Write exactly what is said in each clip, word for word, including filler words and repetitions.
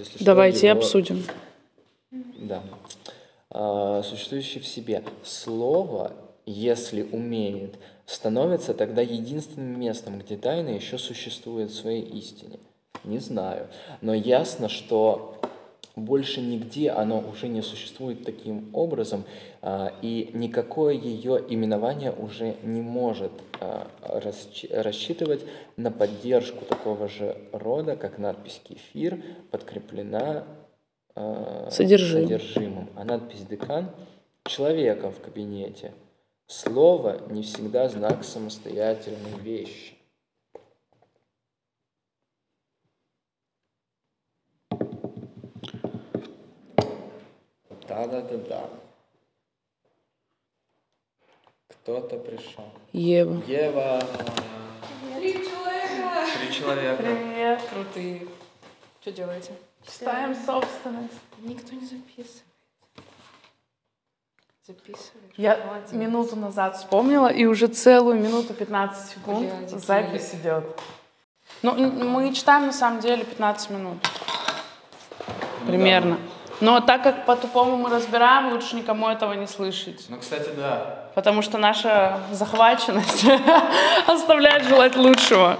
если что, Давайте его... обсудим. Да. А, существующий в себе. Слово, если умеет, становится тогда единственным местом, где тайна еще существует в своей истине. Не знаю. Но ясно, что больше нигде оно уже не существует таким образом, а, и никакое ее именование уже не может а, расч- рассчитывать на поддержку такого же рода, как надпись «Кефир» подкреплена а, Содержим. содержимым, а надпись «Декан» — человеком в кабинете. Слово не всегда знак самостоятельной вещи. Да-да-да-да. Кто-то пришел. Ева. Ева. Три человека. Три человека. Привет, крутые. Что делаете? Читаем собственность. Никто не записывает. Записываешь? Я Молодец. минуту назад вспомнила, и уже целую минуту пятнадцать секунд Блядь, запись идет. Ну, н- мы читаем на самом деле пятнадцать минут. Примерно. Но так как по-тупому мы разбираем, лучше никому этого не слышать. Ну, кстати, да. Потому что наша захваченность оставляет желать лучшего.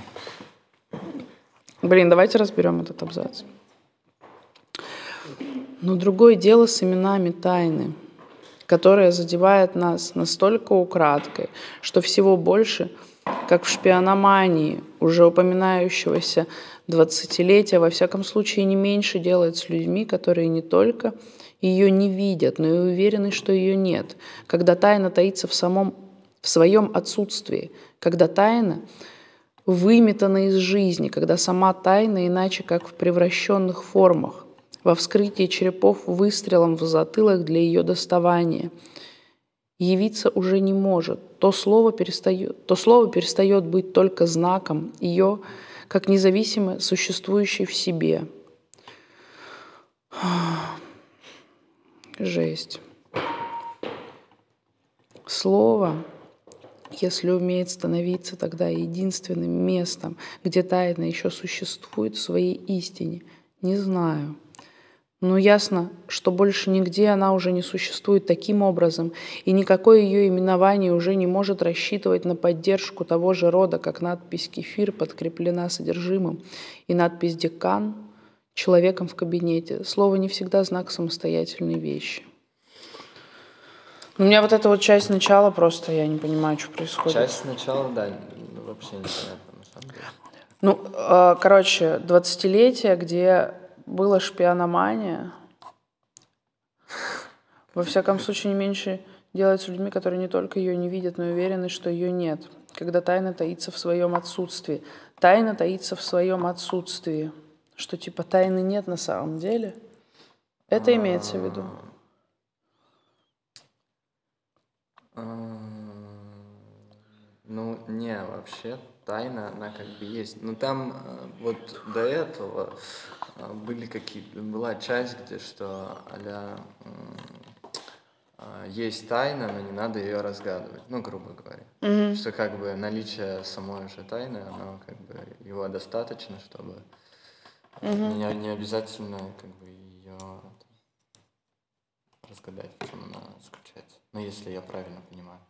Блин, давайте разберем этот абзац. Но другое дело с именами тайны, которая задевает нас настолько украдкой, что всего больше, как в шпиономании, уже упоминающегося двадцатилетия, во всяком случае не меньше делает с людьми, которые не только ее не видят, но и уверены, что ее нет, когда тайна таится в самом, в своем отсутствии, когда тайна выметана из жизни, когда сама тайна иначе как в превращенных формах, во вскрытии черепов выстрелом в затылок для ее доставания, явиться уже не может. То слово перестает, то слово перестает быть только знаком ее, как независимо существующей в себе. Жесть. Слово, если умеет становиться тогда единственным местом, где тайна еще существует в своей истине, не знаю. Но ясно, что больше нигде она уже не существует таким образом, и никакое ее именование уже не может рассчитывать на поддержку того же рода, как надпись «Кефир» подкреплена содержимым, и надпись «Декан» — человеком в кабинете. Слово не всегда знак самостоятельной вещи. У меня вот эта вот часть начала просто, я не понимаю, что происходит. Часть сначала, да, вообще непонятно, на самом деле. Ну, э, короче, двадцатилетие, где была шпиономания, во всяком случае, не меньше делать с людьми, которые не только ее не видят, но и уверены, что ее нет. Когда тайна таится в своем отсутствии. Тайна таится в своем отсутствии. Что типа тайны нет на самом деле. Это имеется в виду. Ну, не, вообще тайна, она как бы есть. Но там э, вот до этого э, были какие-то, была часть, где что а-ля э, есть тайна, но не надо ее разгадывать, ну, грубо говоря. Мгм. Что как бы наличие самой же тайны, оно как бы его достаточно, чтобы Мгм. не, не обязательно как бы ее разгадать, в чем она заключается. Ну, если я правильно понимаю.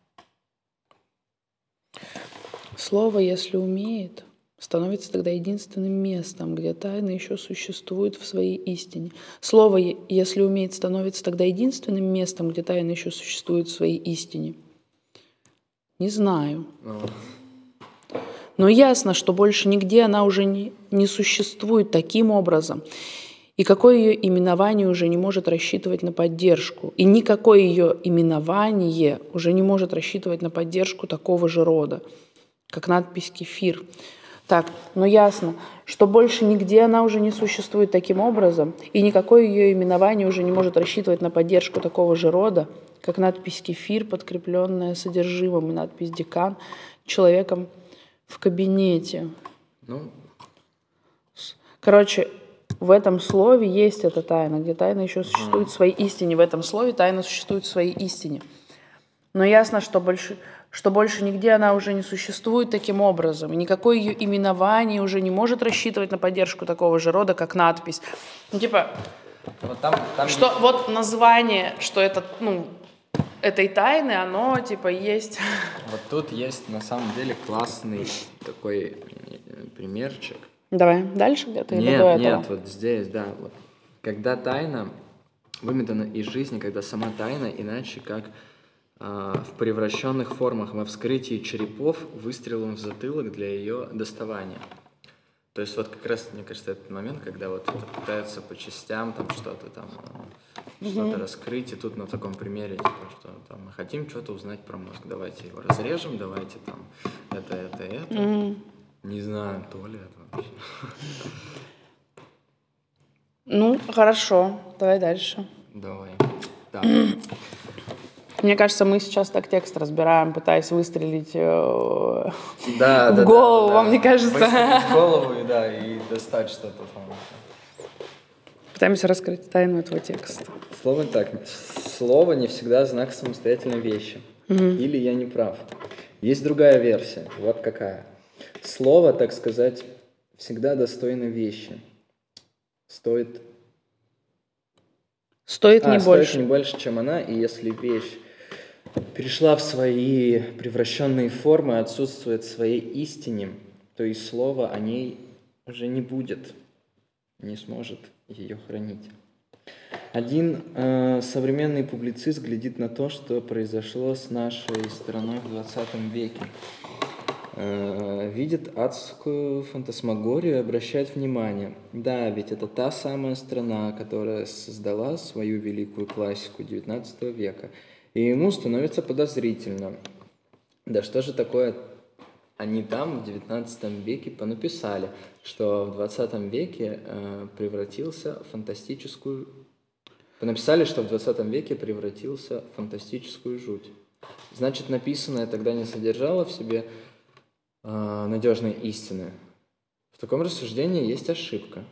Слово, если умеет, становится тогда единственным местом, где тайна еще существует в своей истине. Слово, е- если умеет, становится тогда единственным местом, где тайна еще существует в своей истине. Не знаю. Ну, Но ясно, что больше нигде она уже не, не существует таким образом. И какое ее именование уже не может рассчитывать на поддержку. И никакое ее именование уже не может рассчитывать на поддержку такого же рода, как надпись «Кефир». Так, но ясно, что больше нигде она уже не существует таким образом, и никакое ее именование уже не может рассчитывать на поддержку такого же рода, как надпись «Кефир», подкрепленная содержимым, и надпись «Декан» человеком в кабинете. ну, Короче, в этом слове есть эта тайна, где тайна еще существует в своей истине. В этом слове тайна существует в своей истине. Но ясно, что больше, что больше нигде она уже не существует таким образом, и никакое ее именование уже не может рассчитывать на поддержку такого же рода, как надпись. Ну, типа, Вот там, там что вот название, что это, ну, этой тайны, оно, типа, есть. Вот тут есть на самом деле классный такой э, примерчик. Давай дальше где-то или Нет, до этого? нет, вот здесь, да. Вот. Когда тайна выметана из жизни, когда сама тайна иначе как а, в превращенных формах во вскрытии черепов выстрелом в затылок для ее доставания. То есть вот как раз, мне кажется, этот момент, когда вот это пытаются по частям там что-то там, э, что-то раскрыть, и тут на таком примере, типа, что там мы хотим что-то узнать про мозг, давайте его разрежем, давайте там это, это, это. Мгм. Не знаю, то ли это вообще. Ну, хорошо, давай дальше. Давай. Так. Мне кажется, мы сейчас так текст разбираем, пытаясь выстрелить э, Да, в да, голову, да, вам да. не кажется? Выстрелить в голову и, да, и достать что-то там. Пытаемся раскрыть тайну этого текста. Слово так. Слово не всегда знак самостоятельной вещи. Или я не прав. Есть другая версия. Вот какая. Слово, так сказать, всегда достойно вещи. Стоит... Стоит а, не стоит больше. не больше, чем она, и если вещь перешла в свои превращенные формы, отсутствует в своей истине, то и слово о ней уже не будет, не сможет ее хранить. Один э, современный публицист глядит на то, что произошло с нашей страной в двадцатом веке. Э, видит адскую фантасмагорию и обращает внимание. Да, ведь это та самая страна, которая создала свою великую классику девятнадцатого века. И ему становится подозрительно. Да что же такое они там в девятнадцатом веке понаписали, что в двадцатом веке э, превратился в фантастическую... Понаписали, что в двадцатом веке превратился в фантастическую жуть. Значит, написанное тогда не содержало в себе э, надежной истины. В таком рассуждении есть ошибка.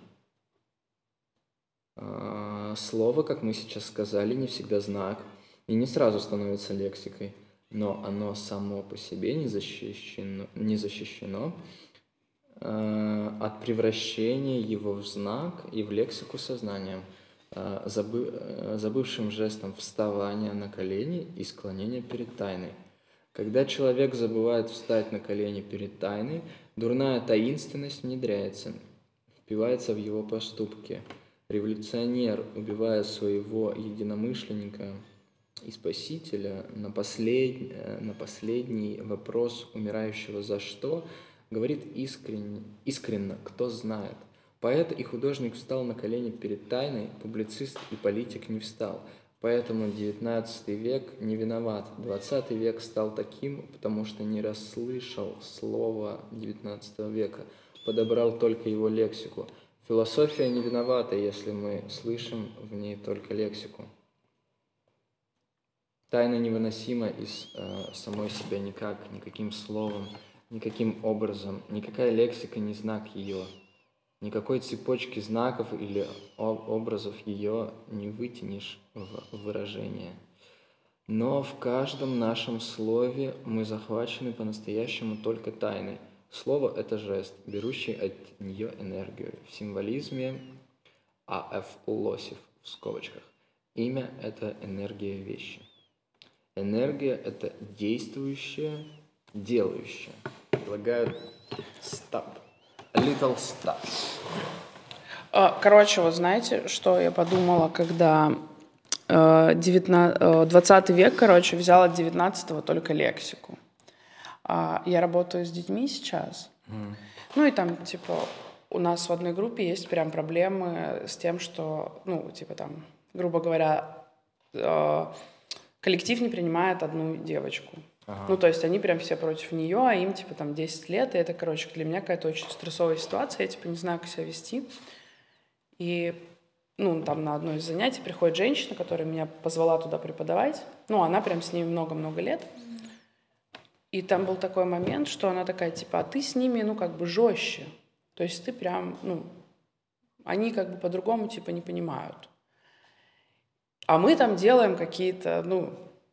Э, слово, как мы сейчас сказали, не всегда знак и не сразу становится лексикой. Но оно само по себе не защищено, не защищено э, от превращения его в знак и в лексику сознания, э, забы, э, забывшим жестом вставания на колени и склонения перед тайной. Когда человек забывает встать на колени перед тайной, дурная таинственность внедряется, впивается в его поступки. Революционер, убивая своего единомышленника и спасителя, на, послед... на последний вопрос умирающего «за что?» говорит искренне, искренно «кто знает?». Поэт и художник встал на колени перед тайной, публицист и политик не встал. Поэтому девятнадцатый век не виноват. двадцатый век стал таким, потому что не расслышал слова девятнадцатого века, подобрал только его лексику. Философия не виновата, если мы слышим в ней только лексику. Тайна невыносима из э, самой себя никак, никаким словом, никаким образом, никакая лексика не знак ее, никакой цепочки знаков или образов ее не вытянешь в выражение. Но в каждом нашем слове мы захвачены по-настоящему только тайной. Слово – это жест, берущий от нее энергию. В символизме А Ф Лосев в скобочках. Имя – это энергия вещи. Энергия – это действующее, делающее. Предлагаю stop. A little stop. Короче, вот знаете, что я подумала, когда двадцатый век, короче, взял от девятнадцатого только лексику. Я работаю с детьми сейчас. Mm. Ну и там, типа, у нас в одной группе есть прям проблемы с тем, что, ну, типа там, грубо говоря, коллектив не принимает одну девочку. Ага. Ну, то есть они прям все против нее, а им, типа, там, десять лет, и это, короче, для меня какая-то очень стрессовая ситуация, я, типа, не знаю, как себя вести. И, ну, там на одно из занятий приходит женщина, которая меня позвала туда преподавать. Ну, она прям с ними много-много лет. И там был такой момент, что она такая, типа, а ты с ними, ну, как бы жестче. То есть ты прям, ну, они как бы по-другому, типа, не понимают. А мы там делаем какие-то, ну,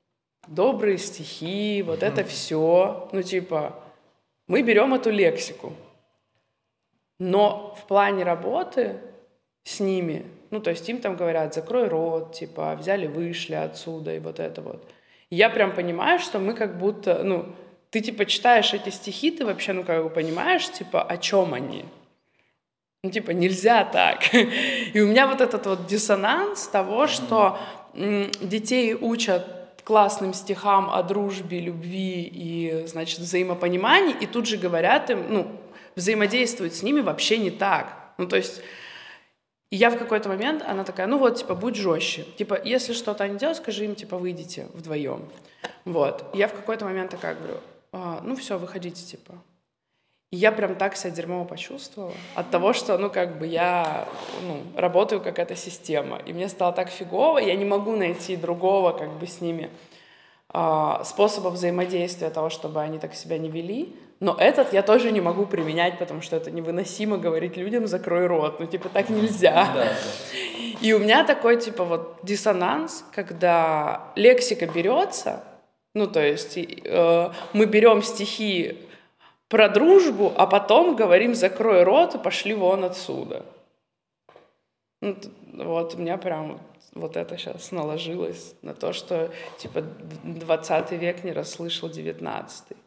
добрые стихи, вот это все. Ну, типа, мы берем эту лексику. Но в плане работы с ними, ну, то есть им там говорят, закрой рот, типа, взяли, вышли отсюда, и вот это вот. И я прям понимаю, что мы как будто, ну, ты, типа, читаешь эти стихи, ты вообще, ну, как бы понимаешь, типа, о чем они. Ну, типа, нельзя так. И у меня вот этот вот диссонанс того, что м, детей учат классным стихам о дружбе, любви и, значит, взаимопонимании, и тут же говорят им, ну, взаимодействовать с ними вообще не так. Ну, то есть и я в какой-то момент, она такая, ну вот, типа, будь жестче. Типа, если что-то они делают, скажи им, типа, выйдите вдвоем. Вот. И я в какой-то момент такая говорю, а, ну все, выходите, типа. И я прям так себя дерьмово почувствовала от того, что, ну, как бы я, ну, работаю как эта система. И мне стало так фигово, я не могу найти другого, как бы, с ними а, способа взаимодействия того, чтобы они так себя не вели. Но этот я тоже не могу применять, потому что это невыносимо говорить людям «закрой рот». Ну, типа, так нельзя. Да. И у меня такой, типа, вот диссонанс, когда лексика берется, ну, то есть э, мы берем стихи про дружбу, а потом говорим «закрой рот» и пошли вон отсюда. Ну, вот у меня прям вот это сейчас наложилось на то, что, типа, двадцатый век не расслышал девятнадцатый.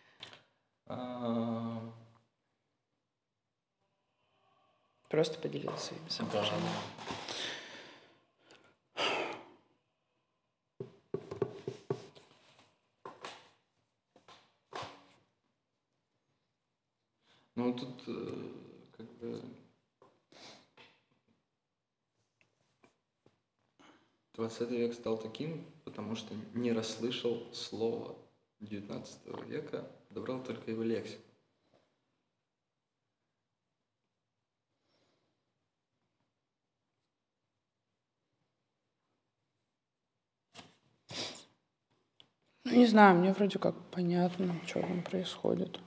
А, Просто поделился своими соображениями. Ну, тут э, как бы двадцатый век стал таким, потому что не расслышал слова девятнадцатого века, подобрал только его лексику. Ну, не знаю, мне вроде как понятно, что там происходит.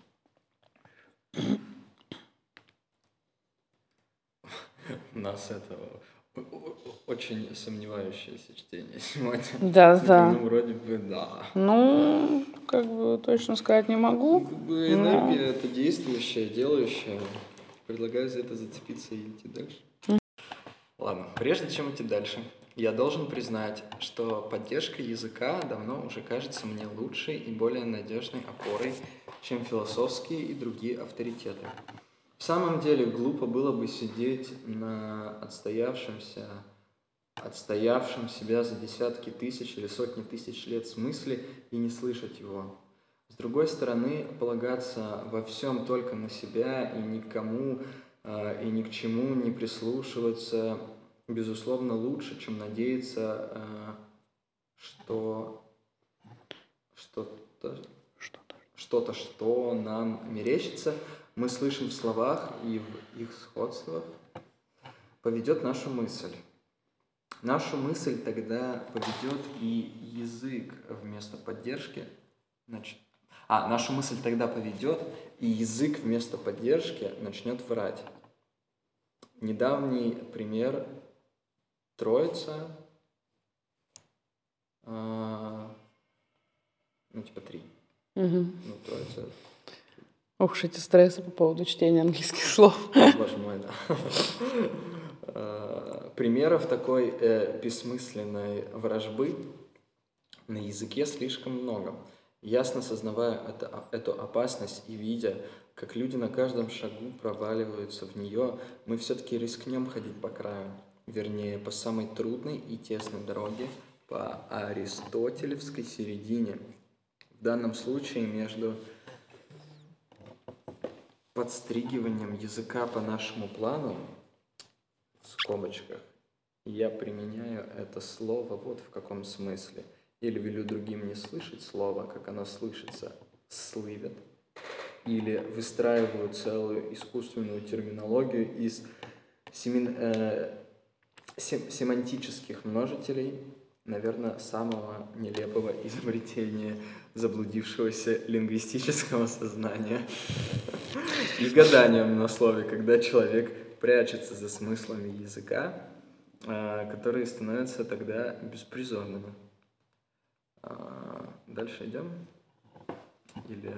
У нас это о- о- очень сомневающееся чтение сегодня. Да, да. Ну, вроде бы, да. Ну, как бы точно сказать не Ну, могу. как бы энергия это действующая, делающая. Предлагаю за это зацепиться и идти дальше. Ладно, прежде чем идти дальше, я должен признать, что поддержка языка давно уже кажется мне лучшей и более надежной опорой, чем философские и другие авторитеты. В самом деле глупо было бы сидеть на отстоявшемся, отстоявшем себя за десятки тысяч или сотни тысяч лет смысле и не слышать его. С другой стороны, полагаться во всем только на себя и никому э, и ни к чему не прислушиваться, безусловно, лучше, чем надеяться, э, что что-то, что-то, что нам мерещится, мы слышим в словах и в их сходствах, поведет нашу мысль. Нашу мысль тогда поведет и язык вместо поддержки. Значит, а, нашу мысль тогда поведет, и язык вместо поддержки начнет врать. Недавний пример Троица, э, ну, типа три. Угу. Ну, Троица. Ох уж эти стрессы по поводу чтения английских слов. Боже мой, да. Примеров такой э, бессмысленной ворожбы на языке слишком много. Ясно сознавая это, эту опасность и видя, как люди на каждом шагу проваливаются в нее, мы все-таки рискнем ходить по краю, вернее, по самой трудной и тесной дороге, по аристотелевской середине. В данном случае между подстригиванием языка по нашему плану, в скобочках, я применяю это слово вот в каком смысле. Или велю другим не слышать слово, как оно слышится, слывет. Или выстраиваю целую искусственную терминологию из семин, э, сем, семантических множителей, наверное, самого нелепого изобретения заблудившегося лингвистического сознания. И гаданием на слове, когда человек прячется за смыслами языка, которые становятся тогда беспризорными. А, Дальше идем? Или...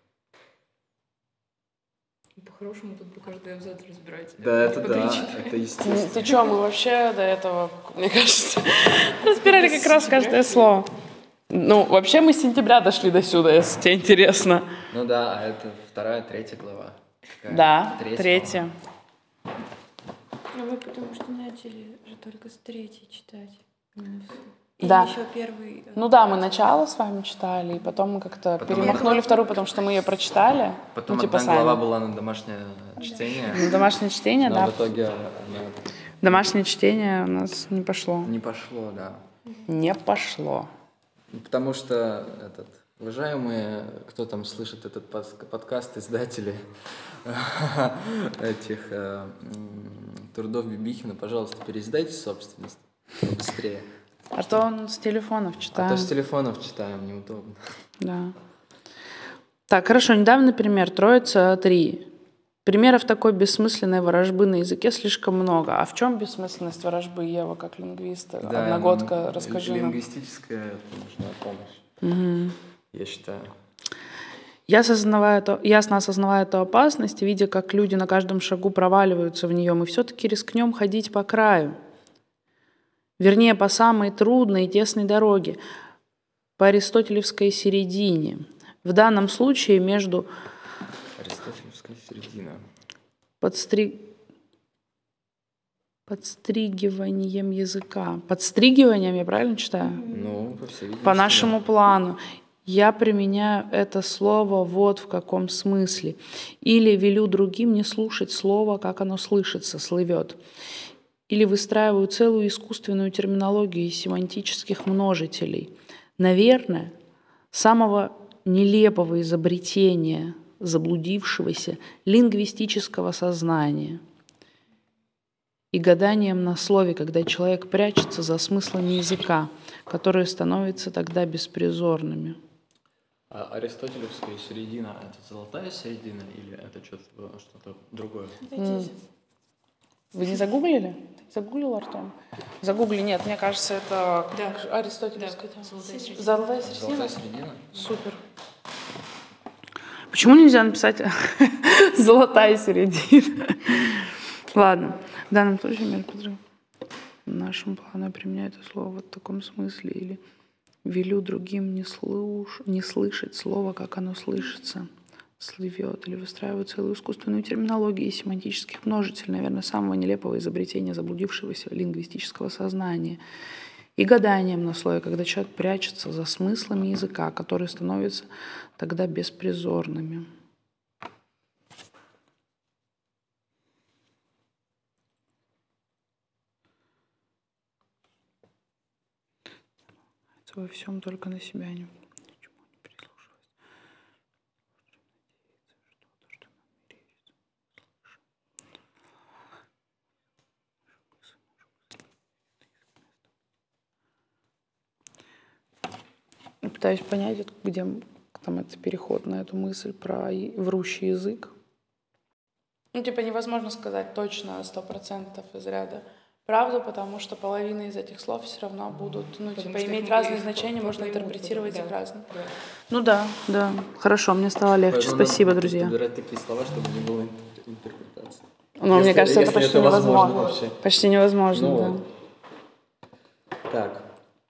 По-хорошему, тут бы каждый абзац разбирать. Да, это По да, три это Ну, Ты естественно. чё, мы вообще до этого, мне кажется, разбирали как раз каждое слово. Ну, вообще мы с сентября дошли до сюда, если тебе интересно. Ну да, а это вторая, третья глава. Какая? Да, Третья. третья. Ну, мы потому что начали же только с третьей читать. Именно всё. И Да. еще первый... э, Ну да, мы начало с вами читали, и потом мы как-то Потом перемахнули вторую, потому что мы ее прочитали. Потом ну, типа одна глава сами. была на домашнее чтение, Ну, домашнее чтение, но да. в итоге она Домашнее чтение у нас не пошло. не пошло, да. Не пошло. Потому что этот, уважаемые, кто там слышит этот пос- подкаст, издатели этих э, м, трудов Бибихина, пожалуйста, переиздайте собственность быстрее. А то он с телефонов А читаем. то с телефонов читаем, неудобно. Да. Так, хорошо. Недавно, например, Троица три. Примеров такой бессмысленной ворожбы на языке слишком много. А в чем бессмысленность ворожбы, Ева, как лингвиста? Да, Одногодка, м, расскажи нам. лингвистическая нужна помощь, Мгм. я считаю. Я осознавая это, ясно осознавая эту опасность, видя, как люди на каждом шагу проваливаются в нее, мы все-таки рискнем ходить по краю. Вернее, по самой трудной и тесной дороге, по аристотелевской середине. В данном случае между Аристотелевская середина. подстри... подстригиванием языка. Подстригиванием, я правильно читаю? Ну, по всей видимости, По да. нашему плану. Я применяю это слово вот в каком смысле. Или велю другим не слушать слово, как оно слышится, слывет. Или выстраиваю целую искусственную терминологию из семантических множителей. Наверное, самого нелепого изобретения заблудившегося лингвистического сознания и гаданием на слове, когда человек прячется за смыслами языка, которые становятся тогда беспризорными. А аристотелевская середина – это золотая середина или это что-то, что-то другое? Вы не загуглили? Загуглил, Артем? Загугли, нет, мне кажется, это Да. аристотелевская. Да, золотая середина. Золотая середина? Золотая середина? Супер. Почему нельзя написать «золотая середина»? Ладно. В данном случае между подрывом нашему плану я применяю это слово в таком смысле. Или велю другим не, слуш... не слышать слово, как оно слышится, слывет. Или выстраиваю целую искусственную терминологию и семантических множителей, наверное, самого нелепого изобретения заблудившегося лингвистического сознания. И гаданием на слове, когда человек прячется за смыслами языка, которые становятся тогда беспризорными. Во всем только на себя не ничему не прислушиваясь. Что-то, что нам мерещится, слышим. Я пытаюсь понять, где там это переход на эту мысль про врущий язык. Ну, типа, невозможно сказать точно сто процентов из ряда правду, потому что половина из этих слов все равно будут, ну, Потому типа, что иметь их разные их значения, можно поймут интерпретировать потом, их да. разно. Да. Ну да, да. Хорошо, мне стало легче. Поэтому Спасибо, надо друзья. подбирать такие слова, чтобы не было интерпретации. Но мне Если- кажется, это если почти это возможно невозможно. вообще. Почти невозможно, Ну да. вот. Так.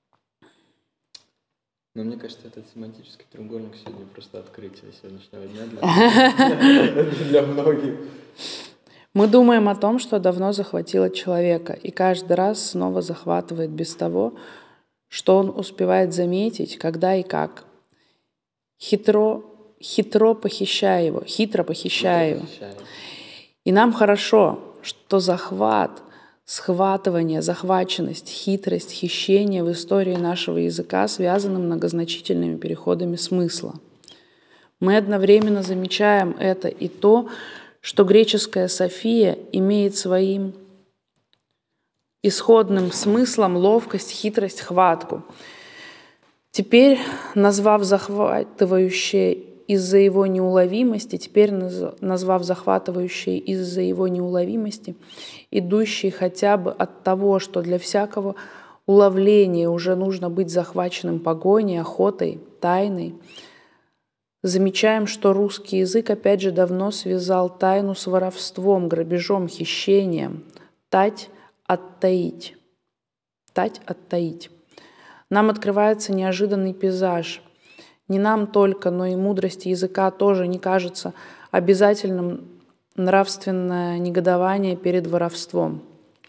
Но мне кажется, этот семантический треугольник сегодня просто открытие сегодняшнего дня для, для многих. Мы думаем о том, что давно захватило человека, и каждый раз снова захватывает без того, что он успевает заметить, когда и как. Хитро, хитро похищая его, хитро похищая его. И нам хорошо, что захват, схватывание, захваченность, хитрость, хищение в истории нашего языка связаны многозначительными переходами смысла. Мы одновременно замечаем это и то, что греческая София имеет своим исходным смыслом ловкость, хитрость, хватку. Теперь, назвав захватывающее из-за его неуловимости, теперь назвав захватывающее из-за его неуловимости, идущий хотя бы от того, что для всякого уловления уже нужно быть захваченным погоней, охотой, тайной. Замечаем, что русский язык опять же давно связал тайну с воровством, грабежом, хищением. Тать – оттаить. Тать – оттаить. Нам открывается неожиданный пейзаж. Не нам только, но и мудрости языка тоже не кажется обязательным нравственное негодование перед воровством.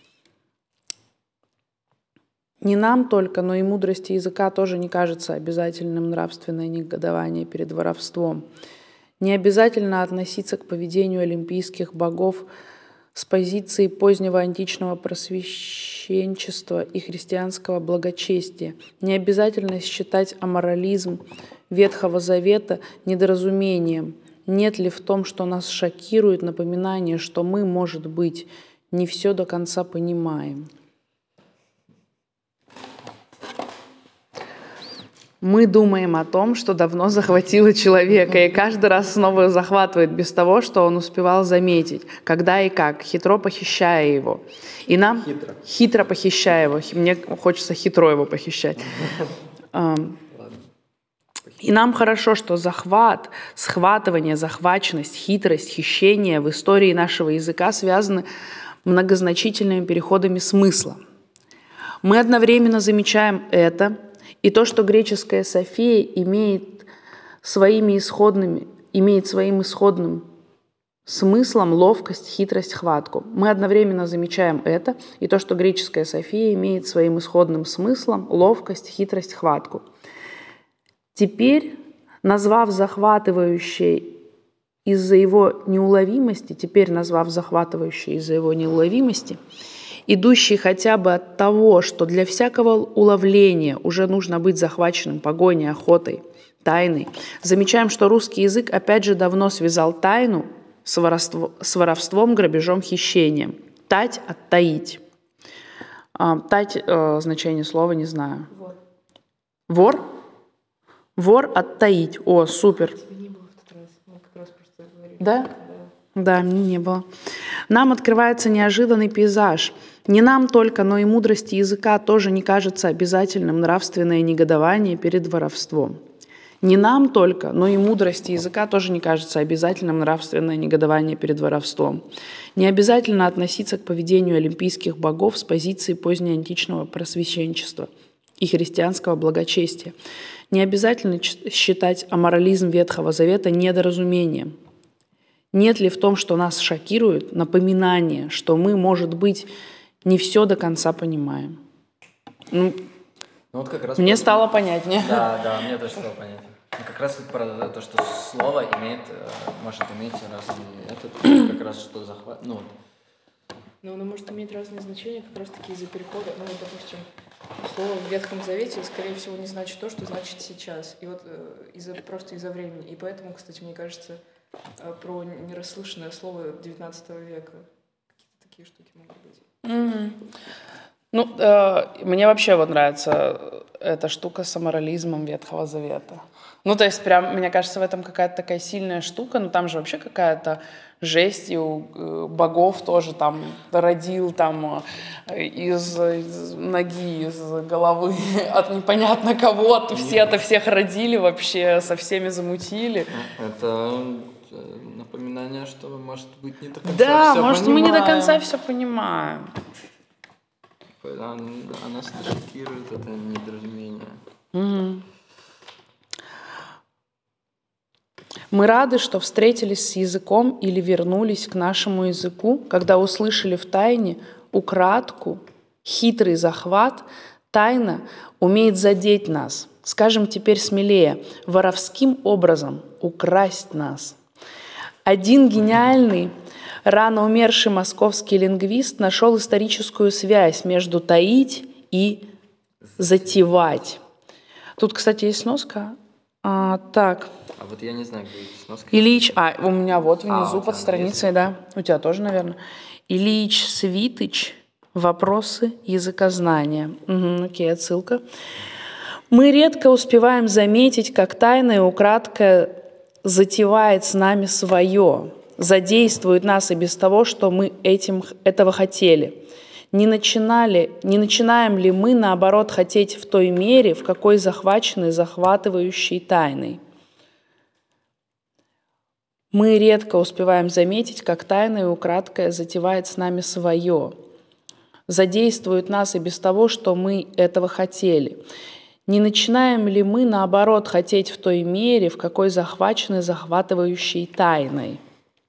Не нам только, но и мудрости языка тоже не кажется обязательным нравственное негодование перед воровством. Не обязательно относиться к поведению олимпийских богов с позиции позднего античного просвещенчества и христианского благочестия. Не обязательно считать аморализм Ветхого Завета недоразумением. Нет ли в том, что нас шокирует, напоминание, что мы, может быть, не все до конца понимаем? Мы думаем о том, что давно захватило человека, и каждый раз снова захватывает без того, что он успевал заметить, когда и как, хитро похищая его. И нам хитро, хитро похищая его. Мне хочется хитро его похищать. И нам хорошо, что захват, схватывание, захваченность, хитрость, хищение в истории нашего языка связаны многозначительными переходами смысла. Мы одновременно замечаем это и то, что греческая София имеет, своими исходными, имеет своим исходным смыслом ловкость, хитрость, хватку. Мы одновременно замечаем это и то, что греческая София имеет своим исходным смыслом ловкость, хитрость, хватку. Теперь, назвав захватывающей из-за его неуловимости, теперь назвав захватывающей из-за его неуловимости, идущий хотя бы от того, что для всякого уловления уже нужно быть захваченным погоней, охотой, тайной, замечаем, что русский язык опять же давно связал тайну с, воровство, с воровством, грабежом, хищением. Тать – оттаить. А, тать э, значение слова не знаю. Вор. Вор? Вор – оттаить. О, супер. Не было в тот раз. Мы как раз просто говорили. Да? Да, мне не было. Нам открывается неожиданный пейзаж. Не нам только, но и мудрости языка тоже не кажется обязательным нравственное негодование перед воровством. Не нам только, но и мудрости языка тоже не кажется обязательным нравственное негодование перед воровством. Не обязательно относиться к поведению олимпийских богов с позиции позднеантичного просвещенчества и христианского благочестия. Не обязательно считать аморализм Ветхого Завета недоразумением. Нет ли в том, что нас шокирует, напоминание, что мы, может быть, не все до конца понимаем? Ну, Ну, вот как раз мне про- стало понятнее. Да, да, мне тоже стало понятно. Ну, как раз вот про то, что слово имеет, э, может иметь разные, этот, как раз что захват, ну, вот. Но оно может иметь разные значения как раз-таки из-за перехода. Ну, вот, допустим, слово в Ветхом Завете, скорее всего, не значит то, что значит сейчас. И вот э, из-за, просто из-за времени. И поэтому, кстати, мне кажется, э, про нерасслышанное слово девятнадцатого века какие-то такие штуки могут быть. Мгм. Ну, э, мне вообще вот нравится эта штука с аморализмом Ветхого Завета. Ну, то есть, прям, мне кажется, в этом какая-то такая сильная штука, но там же вообще какая-то жесть, и у э, богов тоже там родил там э, из, из ноги, из головы от непонятно кого, от все от всех родили вообще, со всеми замутили. Это э, напоминание, что, может быть, не до конца Да, всё может, мы не до понимаем. конца все понимаем. Она, она нас шокирует, это недоразумение. Мгм. Мы рады, что встретились с языком или вернулись к нашему языку, когда услышали в тайне украдку, хитрый захват, тайна умеет задеть нас. Скажем теперь смелее, воровским образом украсть нас. Один гениальный, рано умерший московский лингвист нашел историческую связь между таить и затевать. Тут, кстати, есть сноска. А, так. А вот я не знаю, где эти сноски. Ильич, а у меня вот А, внизу у под тебя страницей, да. У тебя тоже, наверное. Ильич Свитыч. Вопросы языкознания. Угу, окей, отсылка. Мы редко успеваем заметить, как тайна и украдкой затевает с нами свое, задействует нас и без того, что мы этим, этого хотели. Не начинали, не начинаем ли мы, наоборот, хотеть в той мере, в какой захвачены захватывающей тайной? Мы редко успеваем заметить, как тайное и украдкое затевает с нами свое, задействует нас и без того, что мы этого хотели. Не начинаем ли мы, наоборот, хотеть в той мере, в какой захвачены захватывающей тайной?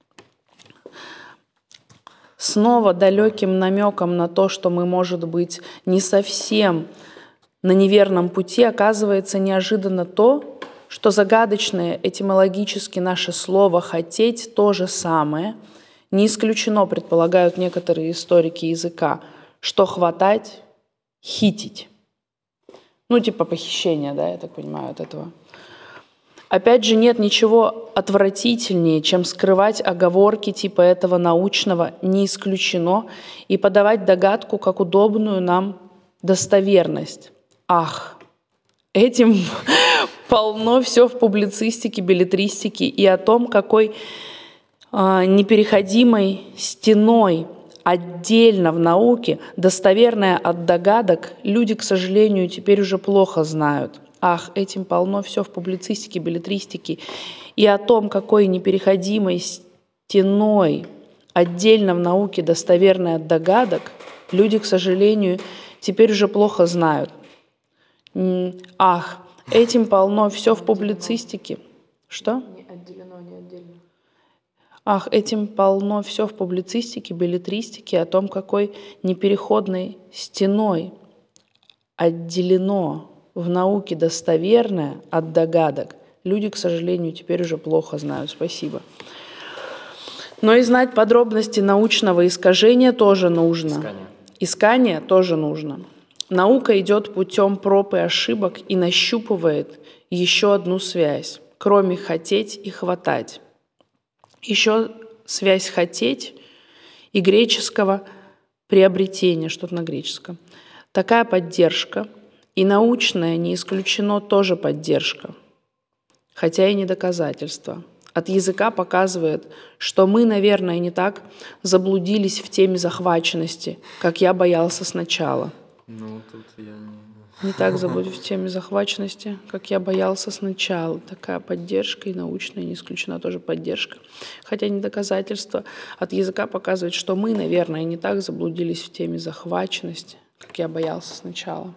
Снова далеким намеком на то, что мы, может быть, не совсем на неверном пути, оказывается неожиданно то, что загадочное этимологически наше слово «хотеть» то же самое, не исключено, предполагают некоторые историки языка, что «хватать» — «хитить». Ну, типа похищения, да, я так понимаю, от этого. Опять же, нет ничего отвратительнее, чем скрывать оговорки типа этого научного «не исключено» и подавать догадку как удобную нам достоверность. Ах, этим полно все в публицистике, беллетристике и о том, какой э, непереходимой стеной отдельно в науке, достоверная от догадок, люди, к сожалению, теперь уже плохо знают. Ах, этим полно все в публицистике, беллетристике и о том, какой непереходимой стеной отдельно в науке, достоверная от догадок, люди, к сожалению, теперь уже плохо знают. Ах, этим полно все в публицистике. Что? Не отделено, не отдельно. Ах, этим полно все в публицистике, беллетристике, о том, какой непереходной стеной отделено в науке достоверное от догадок. Люди, к сожалению, теперь уже плохо знают. Спасибо. Но и знать подробности научного искажения тоже нужно. Искание. Искание тоже нужно. Наука идет путем проб и ошибок и нащупывает еще одну связь, кроме хотеть и хватать. Еще связь хотеть и греческого приобретения, что-то на греческом. Такая поддержка и научная, не исключено, тоже поддержка, хотя и не доказательство. От языка показывает, что мы, наверное, не так заблудились в теме захваченности, как я боялся сначала. Ну, тут я не... Не так заблудились в теме захваченности, как я боялся сначала. Такая поддержка и научная, не исключена тоже поддержка. Хотя не доказательство. От языка показывает, что мы, наверное, не так заблудились в теме захваченности, как я боялся сначала.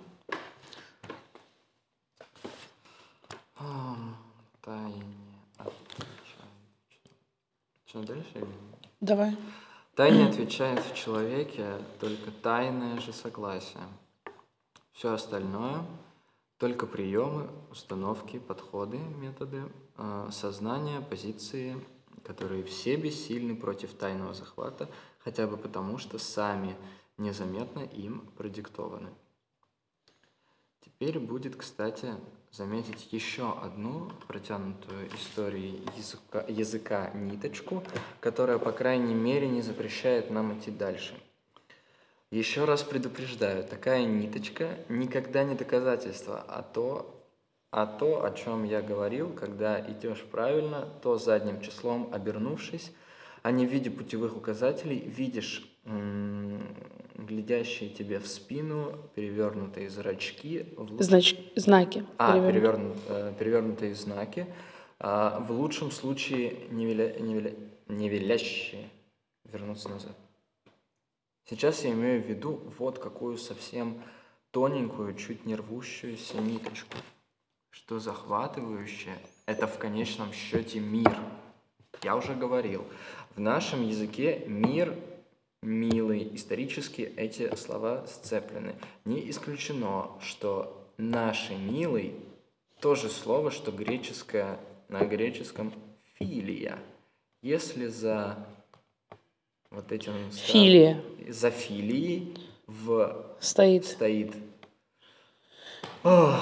Тайне отвечает. Что дальше? Давай. Тайне отвечает в человеке только тайное же согласие. Все остальное — только приемы, установки, подходы, методы, э, сознания, позиции, которые все бессильны против тайного захвата, хотя бы потому, что сами незаметно им продиктованы. Теперь будет, кстати, заметить еще одну протянутую историей языка, языка ниточку, которая, по крайней мере, не запрещает нам идти дальше. Еще раз предупреждаю, такая ниточка никогда не доказательство, а то, а то, о чем я говорил, когда идешь правильно, то задним числом обернувшись, а не в виде путевых указателей, видишь м- глядящие тебе в спину перевернутые зрачки. В луч... Знач... Знаки. А, перевернут, э, перевернутые знаки. А, в лучшем случае невеля... Невеля... невелящие вернуться назад. Сейчас я имею в виду вот какую совсем тоненькую, чуть не рвущуюся ниточку, что захватывающее — это в конечном счете мир. Я уже говорил, в нашем языке мир, милый, исторически эти слова сцеплены. Не исключено, что «наши милый» — то же слово, что греческое, на греческом «филия». Если за вот этим... Филия. За филией в... Стоит. Стоит. Ох.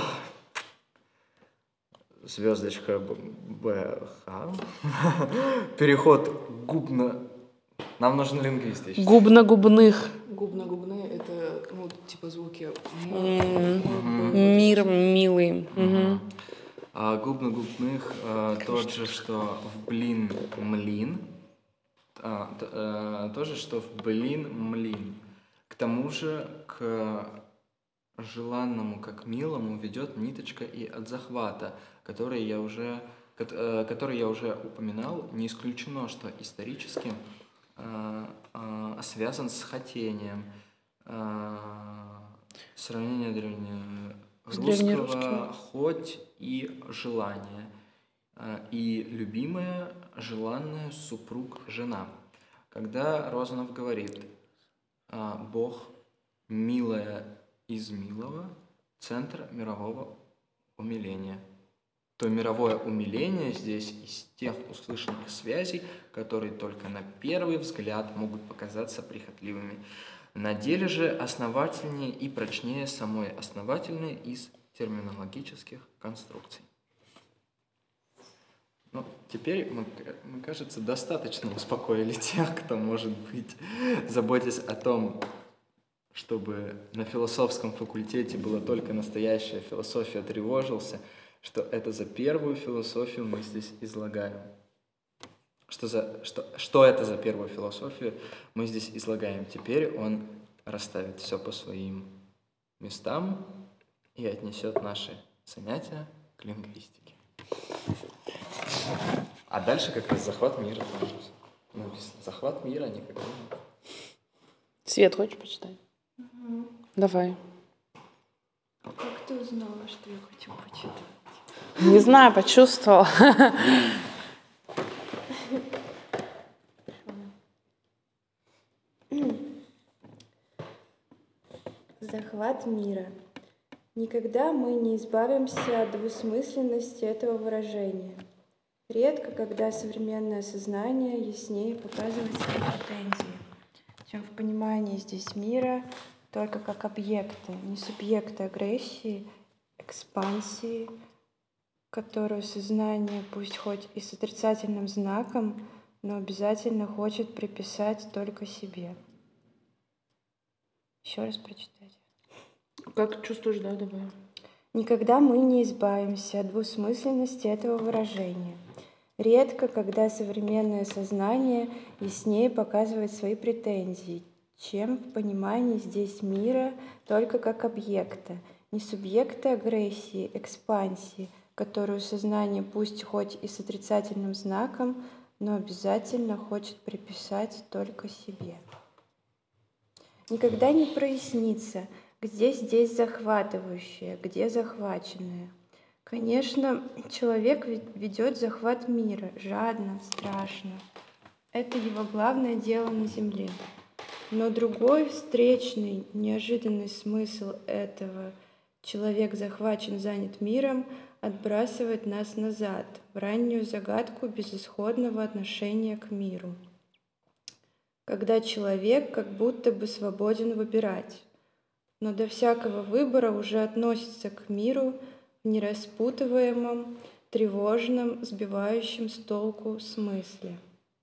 Звездочка БХ. Переход губно... Нам нужен лингвист еще. Губно-губных. Губно-губные — это, ну, типа звуки. Мир милый. А губно-губных а, тот же, что в блин млин. А, т, а, то же, что в блин млин. К тому же к желанному как милому ведет ниточка и от захвата, который я уже, кот- э, который я уже упоминал. Не исключено, что исторически э, э, связан с хотением. Э, Сравнение С древнерусского древнерусским. «хоть» и «желание». Э, И любимая, желанная, супруг, жена. Когда Розанов говорит а, «Бог, милая из милого, центр мирового умиления», то мировое умиление здесь из тех услышанных связей, которые только на первый взгляд могут показаться прихотливыми. На деле же основательнее и прочнее самой основательной из терминологических конструкций. Ну, теперь мы, мы, кажется, достаточно успокоили тех, кто, может быть, заботясь о том, чтобы на философском факультете была только настоящая философия, тревожился, что это за первую философию мы здесь излагаем. Что, за, что, что это за первую философию мы здесь излагаем. Теперь он расставит все по своим местам и отнесет наши занятия к лингвистике. А дальше как раз захват мира. Ну, захват мира никогда не... Свет, хочешь почитать? Угу. Давай. Как ты узнала, что я хочу почитать? Не знаю, почувствовала. Захват мира. Никогда мы не избавимся от двусмысленности этого выражения. Редко, когда современное сознание яснее показывает свои претензии, чем в понимании здесь мира только как объекта, не субъекта агрессии, экспансии, которую сознание, пусть хоть и с отрицательным знаком, но обязательно хочет приписать только себе. Еще раз прочитать. Как чувствуешь, да, давай. Никогда мы не избавимся от двусмысленности этого выражения. Редко, когда современное сознание яснее показывает свои претензии, чем в понимании здесь мира только как объекта, не субъекта агрессии, экспансии, которую сознание, пусть хоть и с отрицательным знаком, но обязательно хочет приписать только себе. Никогда не прояснится, где здесь захватывающее, где захваченное. Конечно, человек ведет захват мира, жадно, страшно. Это его главное дело на земле. Но другой, встречный, неожиданный смысл этого «человек захвачен, занят миром» отбрасывает нас назад, в раннюю загадку безысходного отношения к миру. Когда человек как будто бы свободен выбирать, но до всякого выбора уже относится к миру в нераспутываемом, тревожном, сбивающем с толку смысле.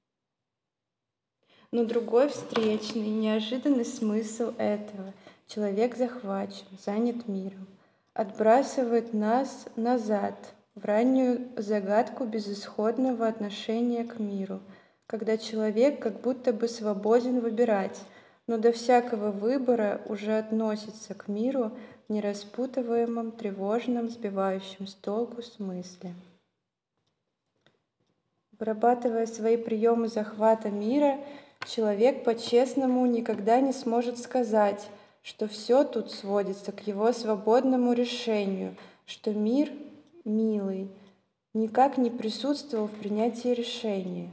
Но другой встречный, неожиданный смысл этого «человек захвачен, занят миром» отбрасывает нас назад в раннюю загадку безысходного отношения к миру, когда человек как будто бы свободен выбирать, но до всякого выбора уже относится к миру в нераспутываемом, тревожном, сбивающем с толку смысле. Вырабатывая свои приемы захвата мира, человек по-честному никогда не сможет сказать, что все тут сводится к его свободному решению, что мир, милый, никак не присутствовал в принятии решения.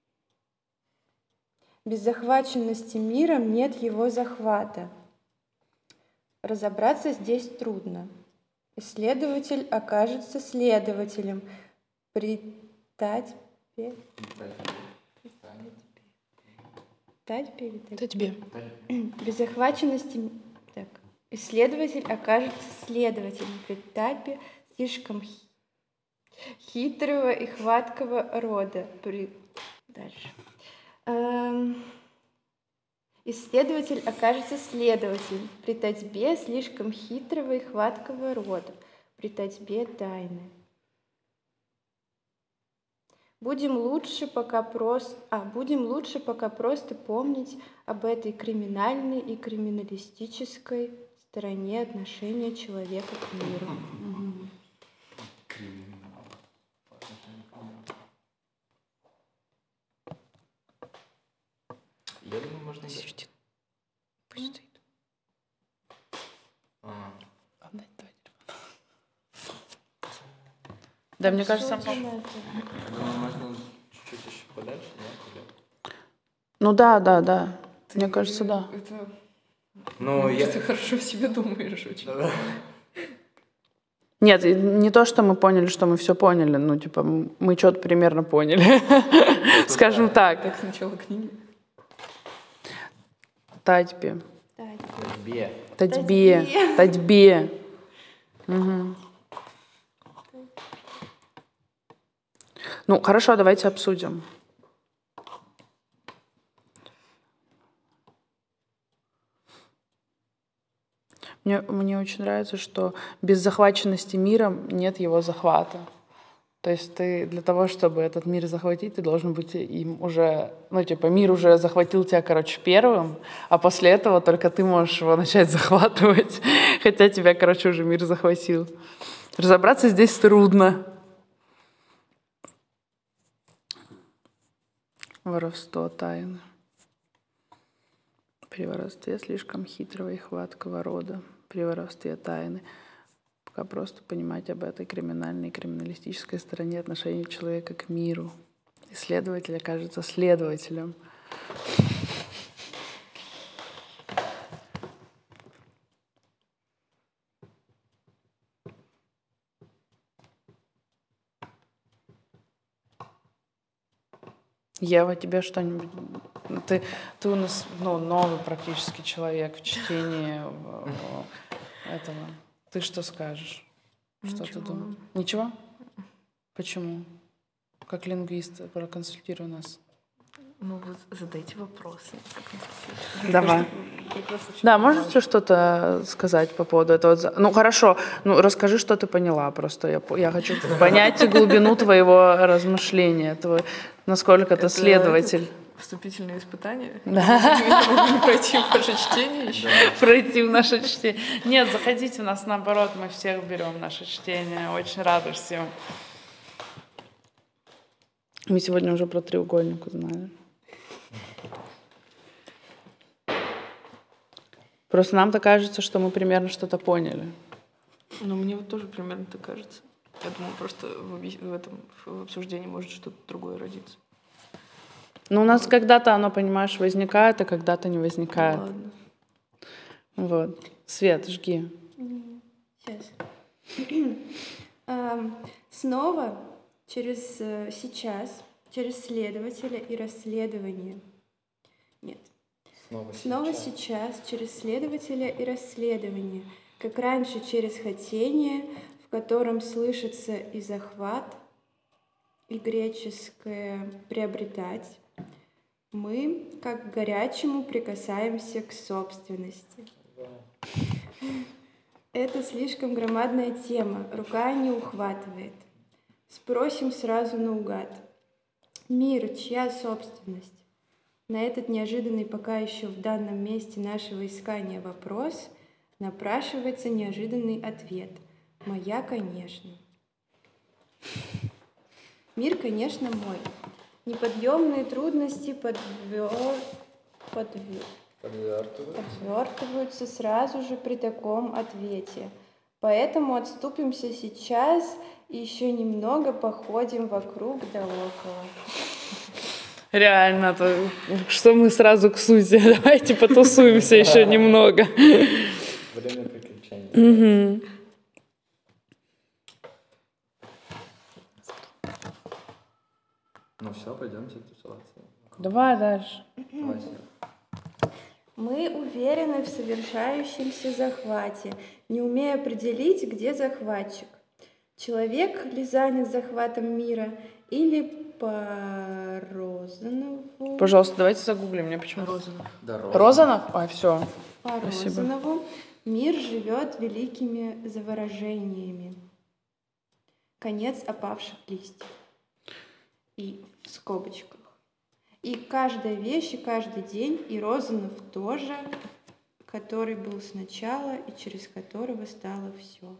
Без захваченности миром нет его захвата. Разобраться здесь трудно. Исследователь окажется следователем при татьбе. Татьбе или татьбе? Без захваченности... Так. Исследователь окажется следователем при татьбе слишком хитрого и хваткого рода. При... Дальше. Эм... Исследователь окажется следователем при татьбе слишком хитрого и хваткого рода, при татьбе тайны. Будем лучше пока просто, а, будем лучше пока просто помнить об этой криминальной и криминалистической стороне отношения человека к миру. Я думаю, можно... Подожди. Пусть стоит. А, Отдать твой телефон. Да, мне кажется, сам... Обсудим это. думаю, можно чуть-чуть еще подальше, да? Или- Ну да, да, да. Мне Ты кажется, да. Это... Ну, Мне я... кажется, ты хорошо о себе думаешь очень. Да. Нет, и не то, что мы поняли, что мы все поняли, ну, типа, м- мы что-то примерно поняли. Скажем так. Так, сначала книги. Татьбе. Так, Бе. Татьбе. Татьбе. Мгм. Ну, хорошо, давайте обсудим. Мне, мне очень нравится, что без захваченности миром нет его захвата. То есть ты для того, чтобы этот мир захватить, ты должен быть им уже, ну, типа, мир уже захватил тебя, короче, первым, а после этого только ты можешь его начать захватывать, хотя тебя, короче, уже мир захватил. Разобраться здесь трудно. Воровство тайны. При воровстве слишком хитрого и хваткого рода. При воровстве тайны. Пока просто понимать об этой криминальной и криминалистической стороне отношения человека к миру. Исследователь окажется следователем. Ева, тебе что-нибудь... Ты, ты у нас ну, новый практически человек в чтении э, этого. Ты что скажешь? Что ты думаешь? Ничего? Почему? Как лингвист, проконсультируй нас. Ну вот задайте вопросы. Давай. Да, можете что-то сказать по поводу этого? Ну, хорошо. Ну, расскажи, что ты поняла. Просто я, по- я хочу понять глубину твоего размышления, твой, насколько ты следователь. Вступительные испытания. Да. Не пройти ваше чтение еще. Пройти в наше чтение. Нет, заходите, у нас наоборот, мы всех берем в наше чтение. Очень рады всем. Мы сегодня уже про треугольник узнали. Просто нам-то кажется, что мы примерно что-то поняли. Ну, мне вот тоже примерно так кажется. Я думаю, просто в, объ- в этом в обсуждении может что-то другое родиться. Но у нас когда-то оно, понимаешь, возникает, а когда-то не возникает. Ладно. Вот. Свет, жги. Сейчас. Ам, Снова через э, сейчас, через следователя и расследование. Нет. Снова Снова сейчас. сейчас через следователя и расследование. Как раньше через хотение, в котором слышится и захват, и греческое приобретать. Мы, как к горячему, прикасаемся к собственности. Это слишком громадная тема, рука не ухватывает. Спросим сразу наугад. Мир, чья собственность? На этот неожиданный пока еще в данном месте нашего искания вопрос напрашивается неожиданный ответ. Моя, конечно. Мир, конечно, мой. Неподъемные трудности подвер... подвер... подвертываются сразу же при таком ответе. Поэтому отступимся сейчас и еще немного походим вокруг да около. Реально, то, что мы сразу к сути. Давайте потусуемся еще немного. Время приключений. Угу. Ну все, пойдемте тусоваться. Давай дальше. Давай, Сера. Мы уверены в совершающемся захвате, не умея определить, где захватчик. Человек ли занят захватом мира или по Розанову? Пожалуйста, давайте загуглим. Мне почему Розанов. Да, Розанов? А, все. По Спасибо. Розанову мир живет великими заворожениями. Конец опавших листьев. и в скобочках. И каждая вещь, и каждый день, и Розанов тоже, который был сначала и через которого стало все.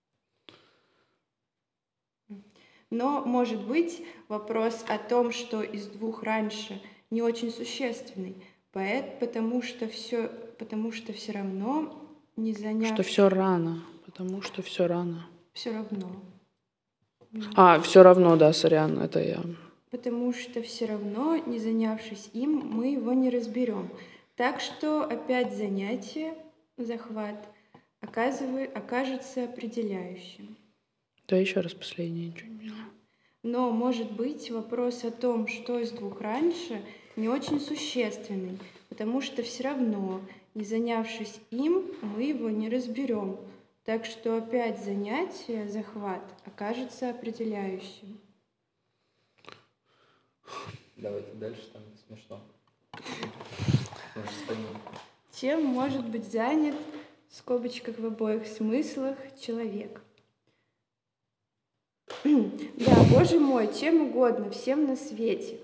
Но, может быть, вопрос о том, что из двух раньше, не очень существенный, поэт, потому что все, потому что все равно не заняв... Что все рано, потому что все рано. Все равно. А, все равно, да, сорян, это я. Потому что все равно, не занявшись им, мы его не разберем. Так что опять занятие, захват, оказывает, окажется определяющим. Да, еще раз последнее, ничего не поняла. Но, может быть, вопрос о том, что из двух раньше, не очень существенный, потому что все равно, не занявшись им, мы его не разберем. Так что опять занятие, захват, окажется определяющим. Давайте дальше, там смешно. Может, вспомним. Чем может быть занят, в скобочках в обоих смыслах, человек? Да, боже мой, чем угодно, всем на свете.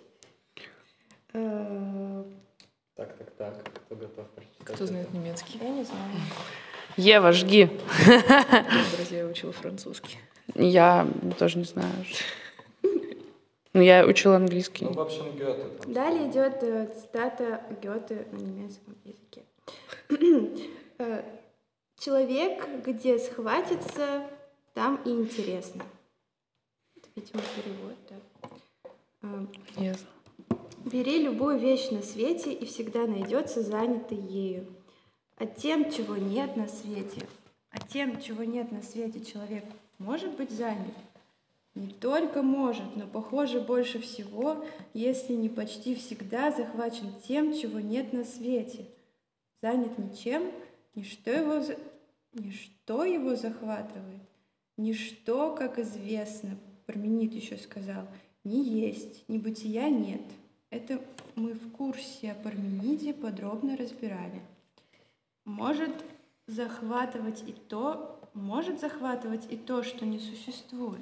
Э, Так, так, так. Кто готов прочитать? Кто знает это? немецкий? Я не знаю. Ева, жги. Друзья, я учила французский. Я тоже не знаю. Ну, я учила английский. Ну, в общем, Гёте. Там Далее идет э, цитата Гёте на немецком языке. Э, Человек, где схватится, там и интересно. Это, видимо, перевод, да. Э, Yes. Бери любую вещь на свете, и всегда найдется занятый ею. А тем, чего нет на свете, а тем, чего нет на свете, человек может быть занят. Не только может, но, похоже, больше всего, если не почти всегда, захвачен тем, чего нет на свете. Занят ничем, ничто его, за- ничто его захватывает. Ничто, как известно, Парменид еще сказал, ни есть, ни бытия нет. Это мы в курсе о Пармениде подробно разбирали. Может захватывать и то, может захватывать и то, что не существует.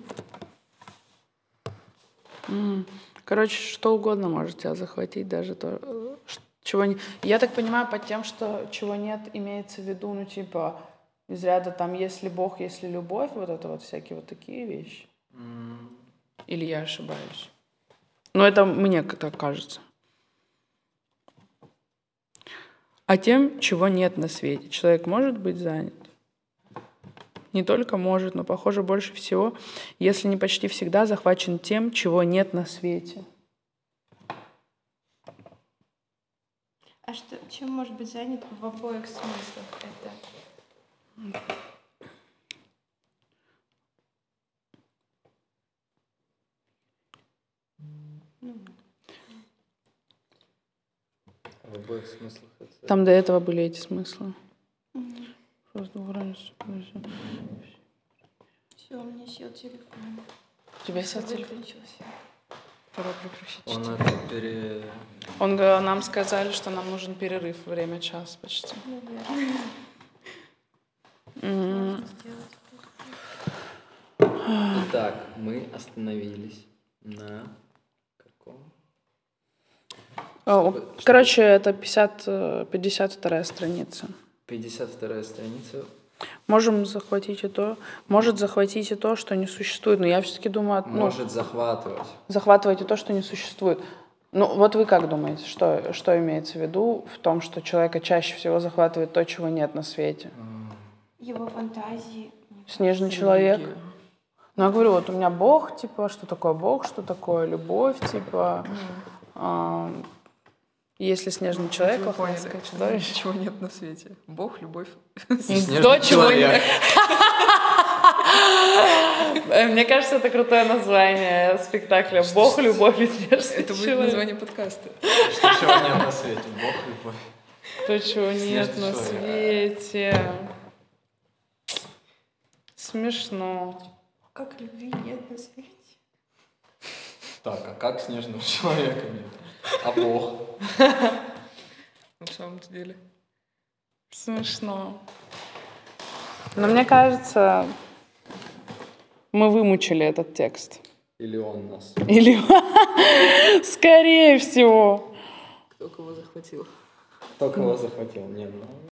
М. Короче, что угодно может тебя захватить, даже то, э, ш- чего не... Я так понимаю, под тем, что чего нет, имеется в виду, ну, типа, из ряда там, если Бог, если любовь, вот это вот всякие вот такие вещи. М, Или я ошибаюсь? Ну, это мне так кажется. А тем, чего нет на свете. Человек может быть занят? Не только может, но, похоже, больше всего, если не почти всегда, захвачен тем, чего нет на свете. А что, чем может быть занят в обоих смыслах это? Ну, В обоих смыслах это... Там до этого были эти смыслы. мгм. Просто раньше. Все, у меня сел телефон. У тебя сел телефон? Выключился. Пора прекращать Он чтение. это пере... Он, га- нам сказали, что нам нужен перерыв, время час почти. Наверное, М. можно сделать. Итак, мы остановились на каком? А, о, Что- что- Короче, это пятьдесят, э, пятьдесят вторая страница. пятьдесят вторая страница. Можем захватить и то, может захватить и то, что не существует. Но я все-таки думаю, ну, Может захватывать. захватывать и то, что не существует. Ну, вот вы как думаете, что, что имеется в виду в том, что человека чаще всего захватывает то, чего нет на свете? М, Его фантазии. Снежный человек. Религия. Ну, я говорю, вот у меня Бог, типа, что такое Бог, что такое любовь, типа, а, если снежный человек, Вы поняли, лохматское чудовище. чего нет на свете. Бог, любовь. Снежный То, чего человек. нет. Э, Мне кажется, это крутое название спектакля. Бог, любовь и снежный Это будет человек. название подкаста. Что чего нет на свете? Бог, любовь. То, чего нет Снежный на человек. свете. Смешно. Как любви нет на свете. Так, а как снежного человека нет? А Бог? На самом деле. Смешно. Но мне кажется, мы вымучили этот текст. Или он нас? Или скорее всего. Кто кого захватил? Кто кого захватил? Не, ну...